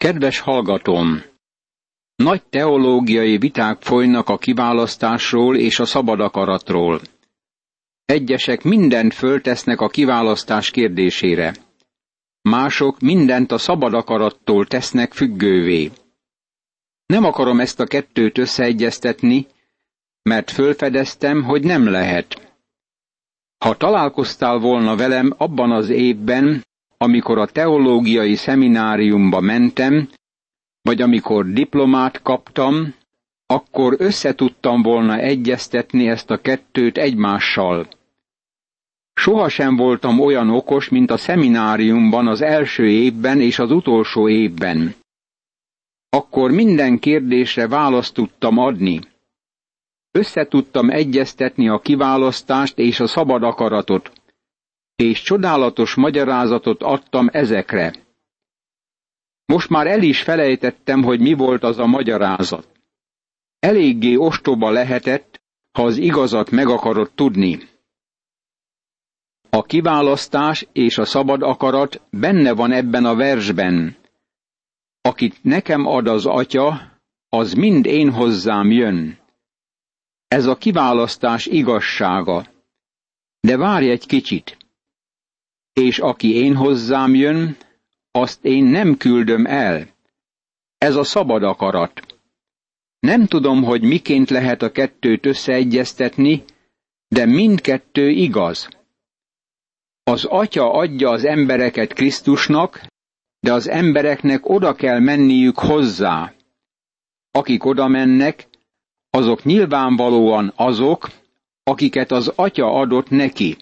Kedves hallgatóm! Nagy teológiai viták folynak a kiválasztásról és a szabad akaratról. Egyesek mindent föltesznek a kiválasztás kérdésére. Mások mindent a szabad akarattól tesznek függővé. Nem akarom ezt a kettőt összeegyeztetni, mert fölfedeztem, hogy nem lehet. Ha találkoztál volna velem abban az évben, amikor a teológiai szemináriumba mentem, vagy amikor diplomát kaptam, akkor összetudtam volna egyeztetni ezt a kettőt egymással. Sohasem voltam olyan okos, mint a szemináriumban az első évben és az utolsó évben. Akkor minden kérdésre választ tudtam adni. Összetudtam egyeztetni a kiválasztást és a szabad akaratot, és csodálatos magyarázatot adtam ezekre. Most már el is felejtettem, hogy mi volt az a magyarázat. Eléggé ostoba lehetett, ha az igazat meg akarod tudni. A kiválasztás és a szabad akarat benne van ebben a versben. Akit nekem ad az Atya, az mind én hozzám jön. Ez a kiválasztás igazsága. De várj egy kicsit. És aki én hozzám jön, azt én nem küldöm el. Ez a szabad akarat. Nem tudom, hogy miként lehet a kettőt összeegyeztetni, de mindkettő igaz. Az Atya adja az embereket Krisztusnak, de az embereknek oda kell menniük hozzá. Akik oda mennek, azok nyilvánvalóan azok, akiket az Atya adott neki.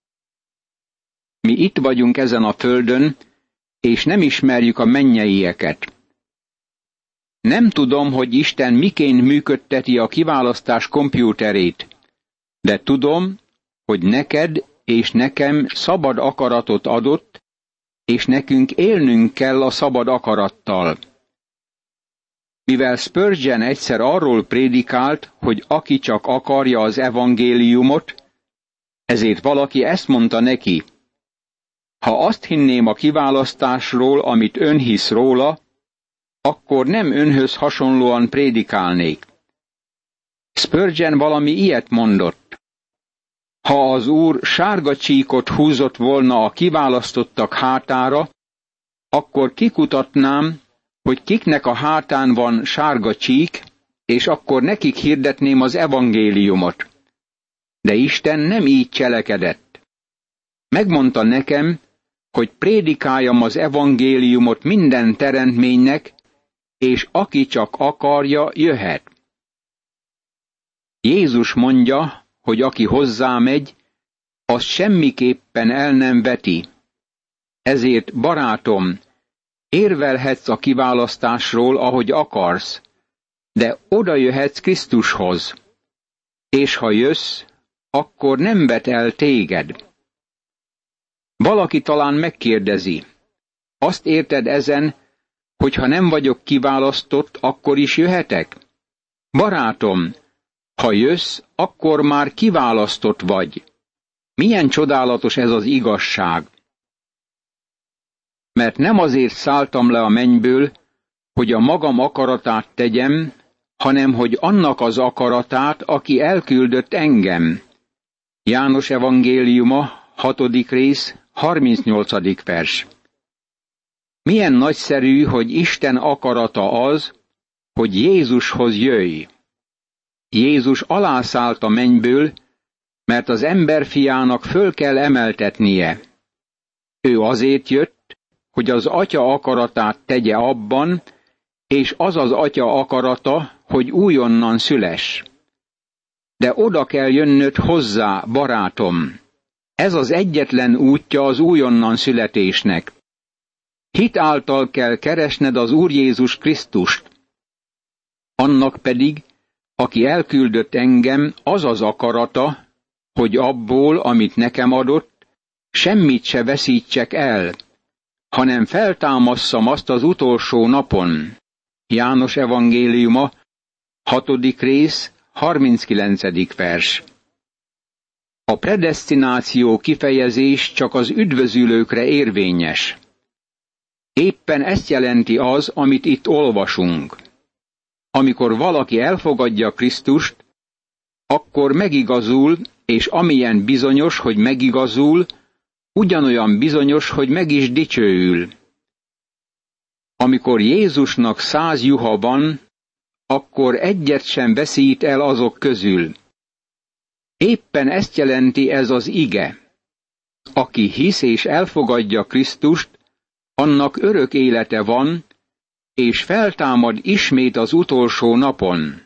Mi itt vagyunk ezen a földön, és nem ismerjük a mennyeieket. Nem tudom, hogy Isten miként működteti a kiválasztás kompjúterét, de tudom, hogy neked és nekem szabad akaratot adott, és nekünk élnünk kell a szabad akarattal. Mivel Spurgeon egyszer arról prédikált, hogy aki csak akarja az evangéliumot, ezért valaki ezt mondta neki: ha azt hinném a kiválasztásról, amit ön hisz róla, akkor nem önhöz hasonlóan prédikálnék. Spurgeon valami ilyet mondott. Ha az Úr sárga csíkot húzott volna a kiválasztottak hátára, akkor kikutatnám, hogy kiknek a hátán van sárga csík, és akkor nekik hirdetném az evangéliumot. De Isten nem így cselekedett. Megmondta nekem, hogy prédikáljam az evangéliumot minden teremtménynek, és aki csak akarja, jöhet. Jézus mondja, hogy aki hozzámegy, az semmiképpen el nem veti. Ezért, barátom, érvelhetsz a kiválasztásról, ahogy akarsz, de oda jöhetsz Krisztushoz. És ha jössz, akkor nem vet el téged. Valaki talán megkérdezi, azt érted ezen, hogy ha nem vagyok kiválasztott, akkor is jöhetek? Barátom, ha jössz, akkor már kiválasztott vagy. Milyen csodálatos ez az igazság! Mert nem azért szálltam le a mennyből, hogy a magam akaratát tegyem, hanem hogy annak az akaratát, aki elküldött engem. János evangéliuma, 6. rész, 38. vers. Milyen nagyszerű, hogy Isten akarata az, hogy Jézushoz jöjj. Jézus alászállt a mennyből, mert az emberfiának föl kell emeltetnie. Ő azért jött, hogy az Atya akaratát tegye abban, és az az Atya akarata, hogy újonnan szüless. De oda kell jönnöd hozzá, barátom. Ez az egyetlen útja az újonnan születésnek. Hit által kell keresned az Úr Jézus Krisztust. Annak pedig, aki elküldött engem, az az akarata, hogy abból, amit nekem adott, semmit se veszítsek el, hanem feltámasszam azt az utolsó napon. János evangéliuma, 6. rész, 39. vers. A predesztináció kifejezés csak az üdvözülőkre érvényes. Éppen ezt jelenti az, amit itt olvasunk. Amikor valaki elfogadja Krisztust, akkor megigazul, és amilyen bizonyos, hogy megigazul, ugyanolyan bizonyos, hogy meg is dicsőül. Amikor Jézusnak 100 juha van, akkor egyet sem veszít el azok közül. Éppen ezt jelenti ez az ige. Aki hisz és elfogadja Krisztust, annak örök élete van, és feltámad ismét az utolsó napon.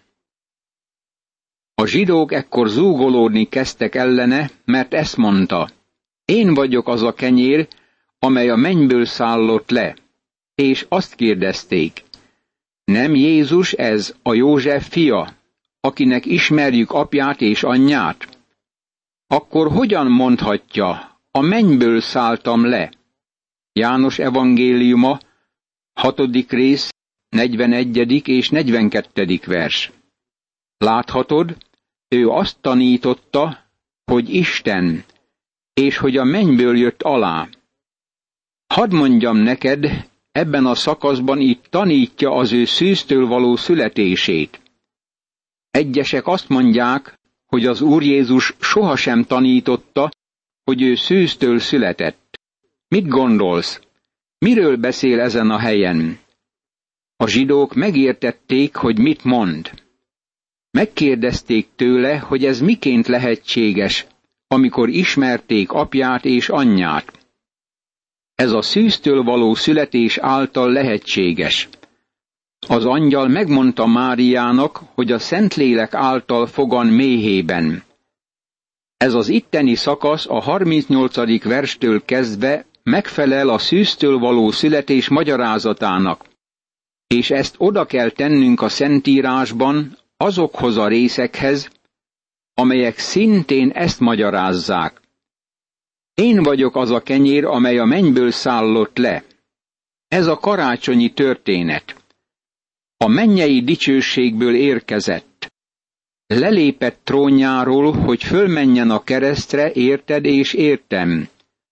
A zsidók ekkor zúgolódni kezdtek ellene, mert ezt mondta: én vagyok az a kenyér, amely a mennyből szállott le. És azt kérdezték: nem Jézus ez, a József fia, akinek ismerjük apját és anyját? Akkor hogyan mondhatja: a mennyből szálltam le? János evangéliuma, 6. rész, 41. és 42. vers. Láthatod, ő azt tanította, hogy Isten, és hogy a mennyből jött alá. Hadd mondjam neked, ebben a szakaszban itt tanítja az ő szűztől való születését. Egyesek azt mondják, hogy az Úr Jézus sohasem tanította, hogy ő szűztől született. Mit gondolsz? Miről beszél ezen a helyen? A zsidók megértették, hogy mit mond. Megkérdezték tőle, hogy ez miként lehetséges, amikor ismerték apját és anyját. Ez a szűztől való születés által lehetséges. Az angyal megmondta Máriának, hogy a Szentlélek által fogan méhében. Ez az itteni szakasz a 38. verstől kezdve megfelel a szűztől való születés magyarázatának, és ezt oda kell tennünk a Szentírásban azokhoz a részekhez, amelyek szintén ezt magyarázzák. Én vagyok az a kenyér, amely a mennyből szállott le. Ez a karácsonyi történet. A mennyei dicsőségből érkezett. Lelépett trónjáról, hogy fölmenjen a keresztre, érted és értem.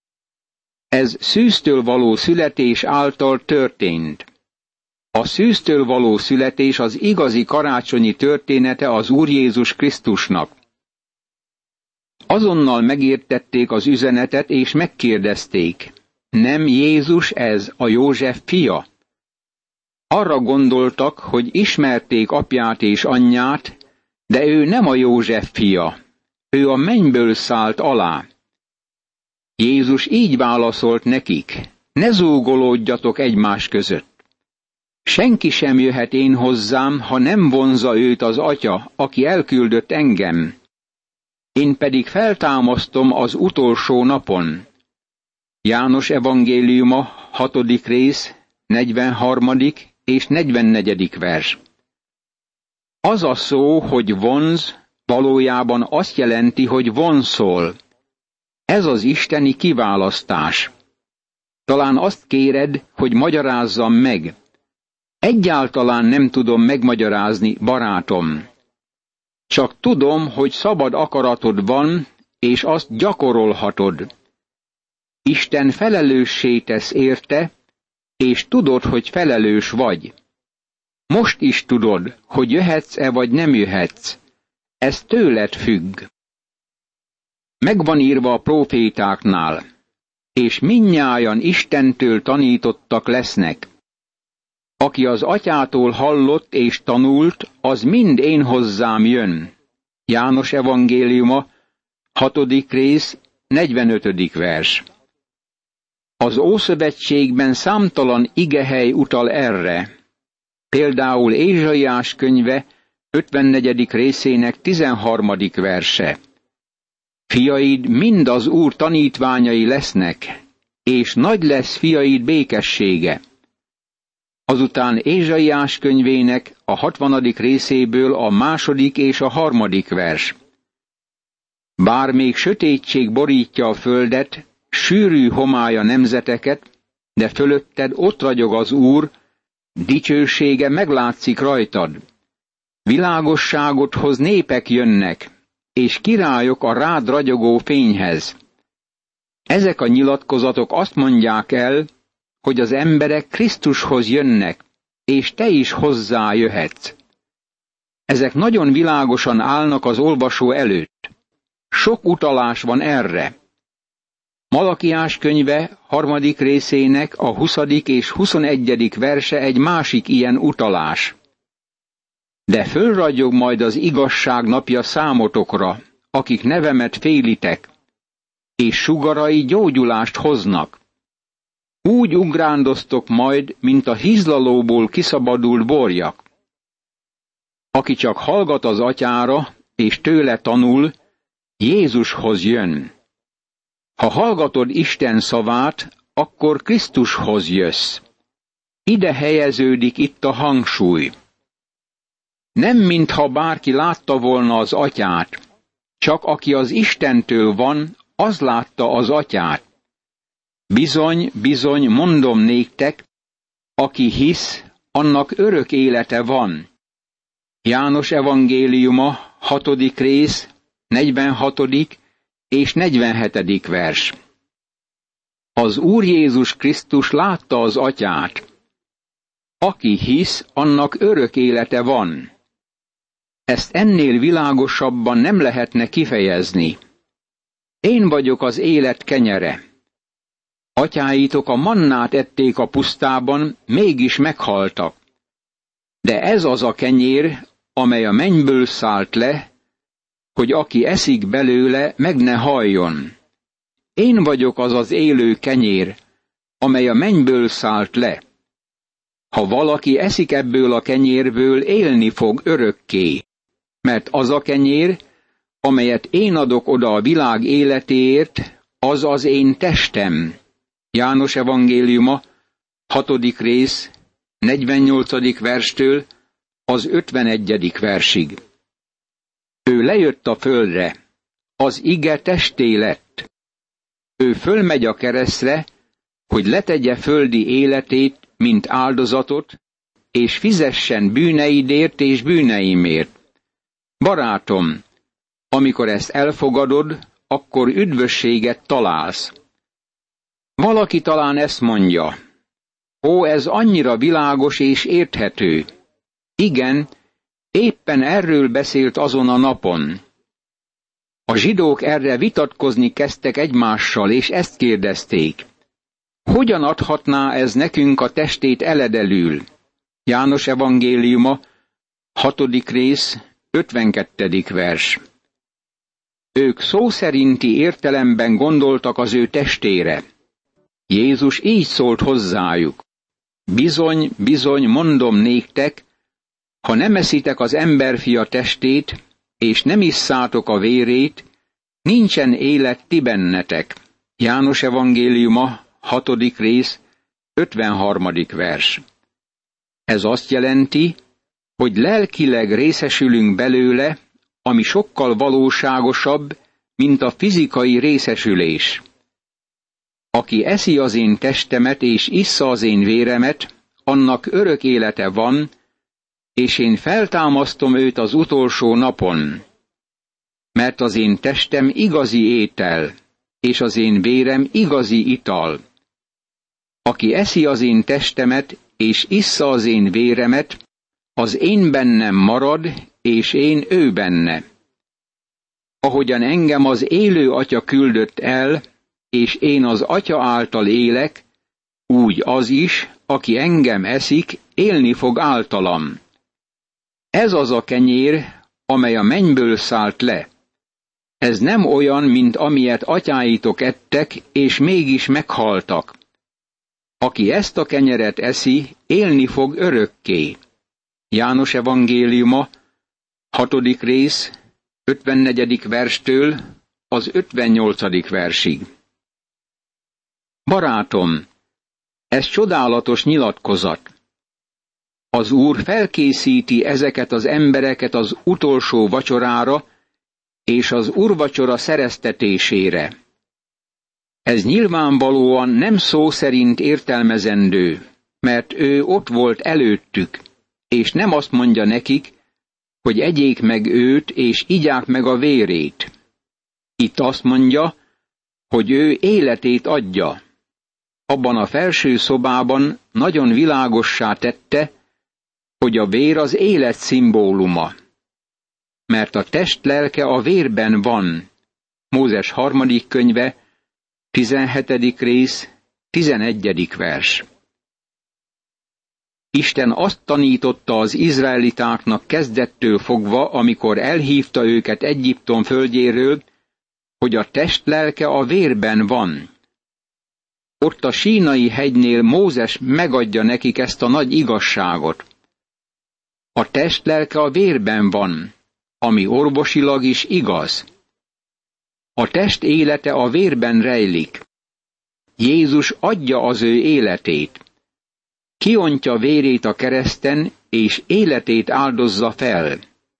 Ez szűztől való születés által történt. A szűztől való születés az igazi karácsonyi története az Úr Jézus Krisztusnak. Azonnal megértették az üzenetet, és megkérdezték: nem Jézus ez, a József fia? Arra gondoltak, hogy ismerték apját és anyját, de ő nem a József fia, ő a mennyből szállt alá. Jézus így válaszolt nekik: ne zúgolódjatok egymás között. Senki sem jöhet én hozzám, ha nem vonzza őt az Atya, aki elküldött engem. Én pedig feltámasztom az utolsó napon. János evangéliuma, 6. rész, 43. és 44. vers. Az a szó, hogy vonz, valójában azt jelenti, hogy vonszol. Ez az isteni kiválasztás. Talán azt kéred, hogy magyarázzam meg. Egyáltalán nem tudom megmagyarázni, barátom. Csak tudom, hogy szabad akaratod van, és azt gyakorolhatod. Isten felelőssé tesz érte, és tudod, hogy felelős vagy. Most is tudod, hogy jöhetsz-e vagy nem jöhetsz. Ez tőled függ. Megvan írva a prófétáknál, és mindnyájan Istentől tanítottak lesznek. Aki az atyától hallott és tanult, az mind én hozzám jön. János evangéliuma, 6. rész, 45. vers. Az Ószövetségben számtalan igehely utal erre. Például Ézsaiás könyve 54. részének 13. verse. Fiaid mind az Úr tanítványai lesznek, és nagy lesz fiaid békessége. Azután Ézsaiás könyvének a 60. részéből a 2. és a 3. vers. Bár még sötétség borítja a földet, sűrű homály a nemzeteket, de fölötted ott ragyog az Úr, dicsősége meglátszik rajtad. Világosságot hoz népek jönnek, és királyok a rád ragyogó fényhez. Ezek a nyilatkozatok azt mondják el, hogy az emberek Krisztushoz jönnek, és te is hozzá jöhetsz. Ezek nagyon világosan állnak az olvasó előtt. Sok utalás van erre. Malakiás könyve 3. részének a 20. és 21. verse egy másik ilyen utalás. De fölragyog majd az igazság napja számotokra, akik nevemet félitek, és sugarai gyógyulást hoznak. Úgy ugrándoztok majd, mint a hízlalóból kiszabadult borjak. Aki csak hallgat az atyára, és tőle tanul, Jézushoz jön. Ha hallgatod Isten szavát, akkor Krisztushoz jössz. Ide helyeződik itt a hangsúly. Nem mintha bárki látta volna az atyát, csak aki az Istentől van, az látta az atyát. Bizony, bizony, mondom néktek, aki hisz, annak örök élete van. János evangéliuma, 6. rész, 46. és 47. vers. Az Úr Jézus Krisztus látta az atyát. Aki hisz, annak örök élete van. Ezt ennél világosabban nem lehetne kifejezni. Én vagyok az élet kenyere. Atyáitok a mannát ették a pusztában, mégis meghaltak. De ez az a kenyér, amely a mennyből szállt le, hogy aki eszik belőle, meg ne halljon. Én vagyok az az élő kenyér, amely a mennyből szállt le. Ha valaki eszik ebből a kenyérből, élni fog örökké, mert az a kenyér, amelyet én adok oda a világ életéért, az az én testem. János evangéliuma, 6. rész, 48. verstől az 51. versig. Ő lejött a földre, az ige testé lett. Ő fölmegy a keresztre, hogy letegye földi életét, mint áldozatot, és fizessen bűneidért és bűneimért. Barátom, amikor ezt elfogadod, akkor üdvösséget találsz. Valaki talán ezt mondja: ó, ez annyira világos és érthető. Igen, éppen erről beszélt azon a napon. A zsidók erre vitatkozni kezdtek egymással, és ezt kérdezték: hogyan adhatná ez nekünk a testét eledelül? János evangéliuma, 6. rész, 52. vers. Ők szó szerinti értelemben gondoltak az ő testére. Jézus így szólt hozzájuk: bizony, bizony, mondom néktek, ha nem eszitek az emberfia testét, és nem isszátok a vérét, nincsen élet ti bennetek. János evangéliuma, 6. rész, 53. vers. Ez azt jelenti, hogy lelkileg részesülünk belőle, ami sokkal valóságosabb, mint a fizikai részesülés. Aki eszi az én testemet és issza az én véremet, annak örök élete van, és én feltámasztom őt az utolsó napon. Mert az én testem igazi étel, és az én vérem igazi ital. Aki eszi az én testemet, és issza az én véremet, az én bennem marad, és én ő benne. Ahogyan engem az élő Atya küldött el, és én az Atya által élek, úgy az is, aki engem eszik, élni fog általam. Ez az a kenyér, amely a mennyből szállt le. Ez nem olyan, mint amilyet atyáitok ettek, és mégis meghaltak. Aki ezt a kenyeret eszi, élni fog örökké. János evangéliuma, 6. rész, 54. verstől az 58. versig. Barátom, ez csodálatos nyilatkozat. Az Úr felkészíti ezeket az embereket az utolsó vacsorára és az úrvacsora szereztetésére. Ez nyilvánvalóan nem szó szerint értelmezendő, mert ő ott volt előttük, és nem azt mondja nekik, hogy egyék meg őt, és igyák meg a vérét. Itt azt mondja, hogy ő életét adja. abban a felső szobában nagyon világossá tette, hogy a vér az élet szimbóluma, mert a test lelke a vérben van. Mózes 3. könyve, 17. rész, 11. vers. Isten azt tanította az izraelitáknak kezdettől fogva, amikor elhívta őket Egyiptom földjéről, hogy a test lelke a vérben van. Ott a Sínai hegynél Mózes megadja nekik ezt a nagy igazságot. A test lelke a vérben van, ami orvosilag is igaz. A test élete a vérben rejlik. Jézus adja az ő életét. Kiontja vérét a kereszten, és életét áldozza fel.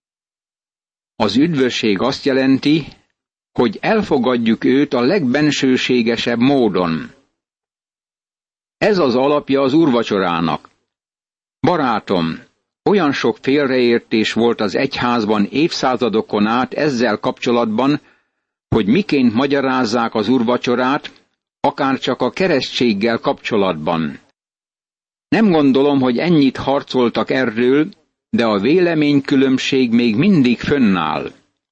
Az üdvösség azt jelenti, hogy elfogadjuk őt a legbensőségesebb módon. Ez az alapja az úrvacsorának. Barátom, olyan sok félreértés volt az egyházban évszázadokon át ezzel kapcsolatban, hogy miként magyarázzák az úrvacsorát, akár csak a keresztséggel kapcsolatban. Nem gondolom, hogy ennyit harcoltak erről, de a véleménykülönbség még mindig fönnáll.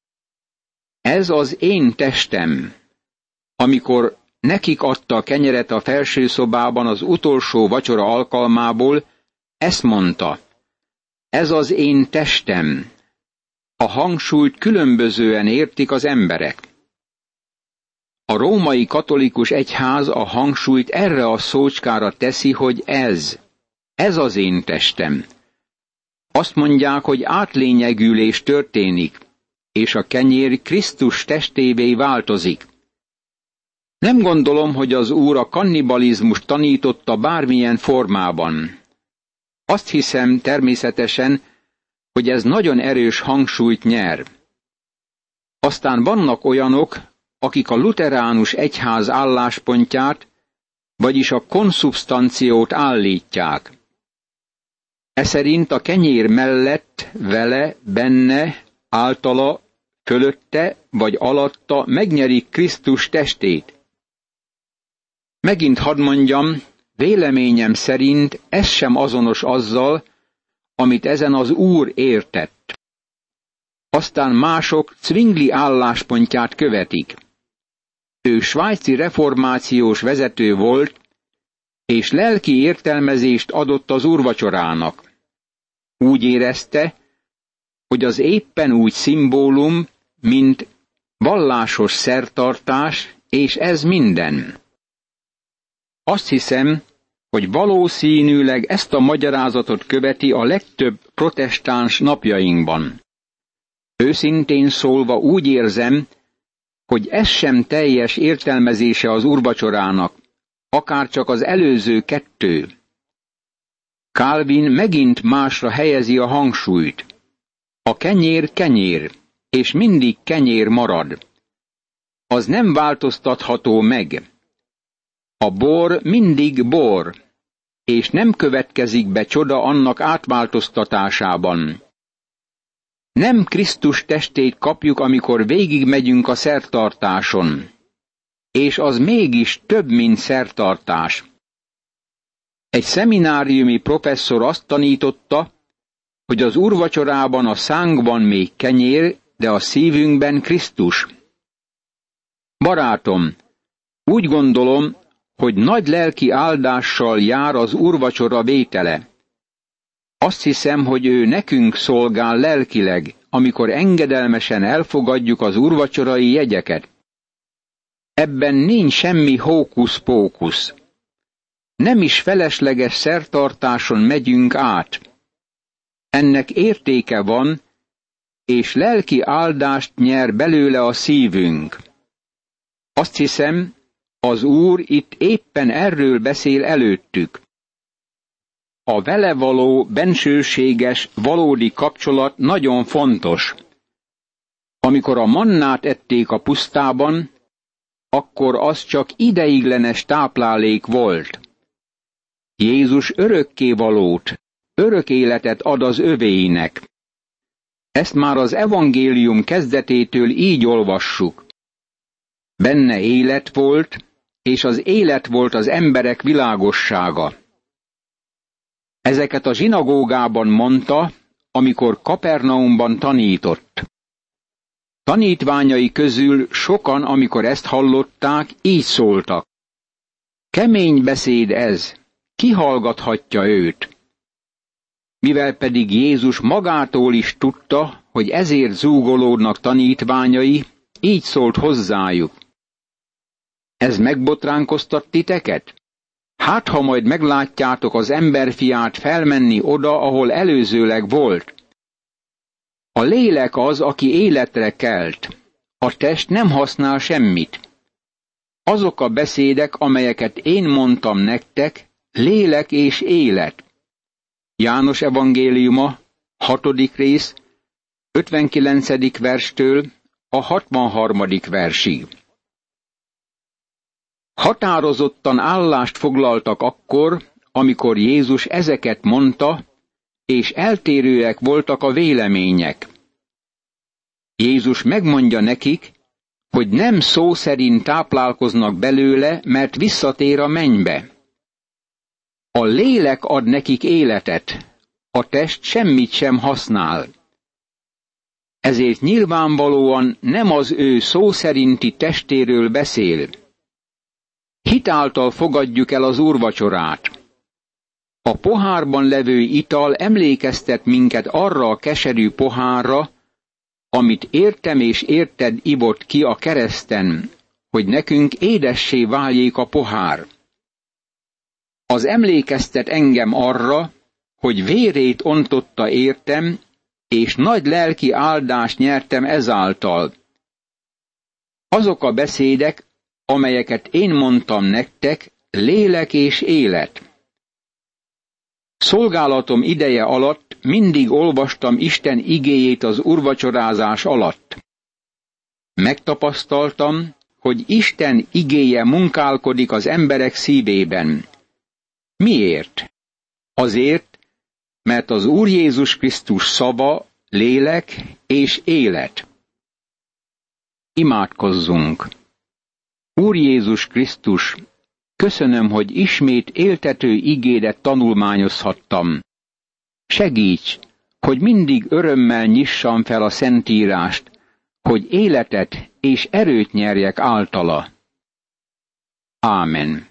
Ez az én testem. Amikor nekik adta a kenyeret a felső szobában az utolsó vacsora alkalmából, ezt mondta: ez az én testem. A hangsúlyt különbözően értik az emberek. A római katolikus egyház a hangsúlyt erre a szócskára teszi, hogy ez az én testem. Azt mondják, hogy átlényegülés történik, és a kenyér Krisztus testévé változik. Nem gondolom, hogy az Úr a kannibalizmust tanította bármilyen formában. Azt hiszem természetesen, hogy ez nagyon erős hangsúlyt nyer. Aztán vannak olyanok, akik a luteránus egyház álláspontját, vagyis a konszubsztanciót állítják. Eszerint a kenyér mellett, vele, benne, általa, fölötte vagy alatta megnyerik Krisztus testét. Megint hadd mondjam, véleményem szerint ez sem azonos azzal, amit ezen az Úr értett. Aztán mások Zwingli álláspontját követik. Ő svájci reformációs vezető volt, és lelki értelmezést adott az úrvacsorának. Úgy érezte, hogy az éppen úgy szimbólum, mint vallásos szertartás, és ez minden. Azt hiszem, hogy valószínűleg ezt a magyarázatot követi a legtöbb protestáns napjainkban. Őszintén szólva úgy érzem, hogy ez sem teljes értelmezése az úrvacsorának, akárcsak az előző kettő. Calvin megint másra helyezi a hangsúlyt. A kenyér kenyér, és mindig kenyér marad. Az nem változtatható meg. A bor mindig bor, és nem következik be csoda annak átváltoztatásában. Nem Krisztus testét kapjuk, amikor végigmegyünk a szertartáson. És az mégis több, mint szertartás. Egy szemináriumi professzor azt tanította, hogy az úrvacsorában a szánkban még kenyér, de a szívünkben Krisztus. Barátom, úgy gondolom, hogy nagy lelki áldással jár az úrvacsora vétele. Azt hiszem, hogy ő nekünk szolgál lelkileg, amikor engedelmesen elfogadjuk az úrvacsorai jegyeket. Ebben nincs semmi hókusz-pókusz. Nem is felesleges szertartáson megyünk át. Ennek értéke van, és lelki áldást nyer belőle a szívünk. Azt hiszem, az Úr itt éppen erről beszél előttük. A vele való bensőséges, valódi kapcsolat nagyon fontos. Amikor a mannát ették a pusztában, akkor az csak ideiglenes táplálék volt. Jézus örökkévalót, örök életet ad az övéinek. Ezt már az evangélium kezdetétől így olvassuk. Benne élet volt, és az élet volt az emberek világossága. Ezeket a zsinagógában mondta, amikor Kapernaumban tanított. Tanítványai közül sokan, amikor ezt hallották, így szóltak: kemény beszéd ez, ki hallgathatja őt? Mivel pedig Jézus magától is tudta, hogy ezért zúgolódnak tanítványai, így szólt hozzájuk: ez megbotránkoztat titeket? Hát, ha majd meglátjátok az emberfiát felmenni oda, ahol előzőleg volt. A lélek az, aki életre kelt. A test nem használ semmit. Azok a beszédek, amelyeket én mondtam nektek, lélek és élet. János evangéliuma, 6. rész, 59. verstől a 63. versig. Határozottan állást foglaltak akkor, amikor Jézus ezeket mondta, és eltérőek voltak a vélemények. Jézus megmondja nekik, hogy nem szó szerint táplálkoznak belőle, mert visszatér a mennybe. A lélek ad nekik életet, a test semmit sem használ. Ezért nyilvánvalóan nem az ő szó szerinti testéről beszél. Hit által fogadjuk el az úrvacsorát. A pohárban levő ital emlékeztet minket arra a keserű pohárra, amit értem és érted ivott ki a kereszten, hogy nekünk édessé váljék a pohár. Az emlékeztet engem arra, hogy vérét ontotta értem, és nagy lelki áldást nyertem ezáltal. Azok a beszédek, amelyeket én mondtam nektek, lélek és élet. Szolgálatom ideje alatt mindig olvastam Isten igéjét az úrvacsorázás alatt. Megtapasztaltam, hogy Isten igéje munkálkodik az emberek szívében. Miért? Azért, mert az Úr Jézus Krisztus szava lélek és élet. Imádkozzunk! Úr Jézus Krisztus, köszönöm, hogy ismét éltető igédet tanulmányozhattam. Segíts, hogy mindig örömmel nyissam fel a Szentírást, hogy életet és erőt nyerjek általa. Ámen.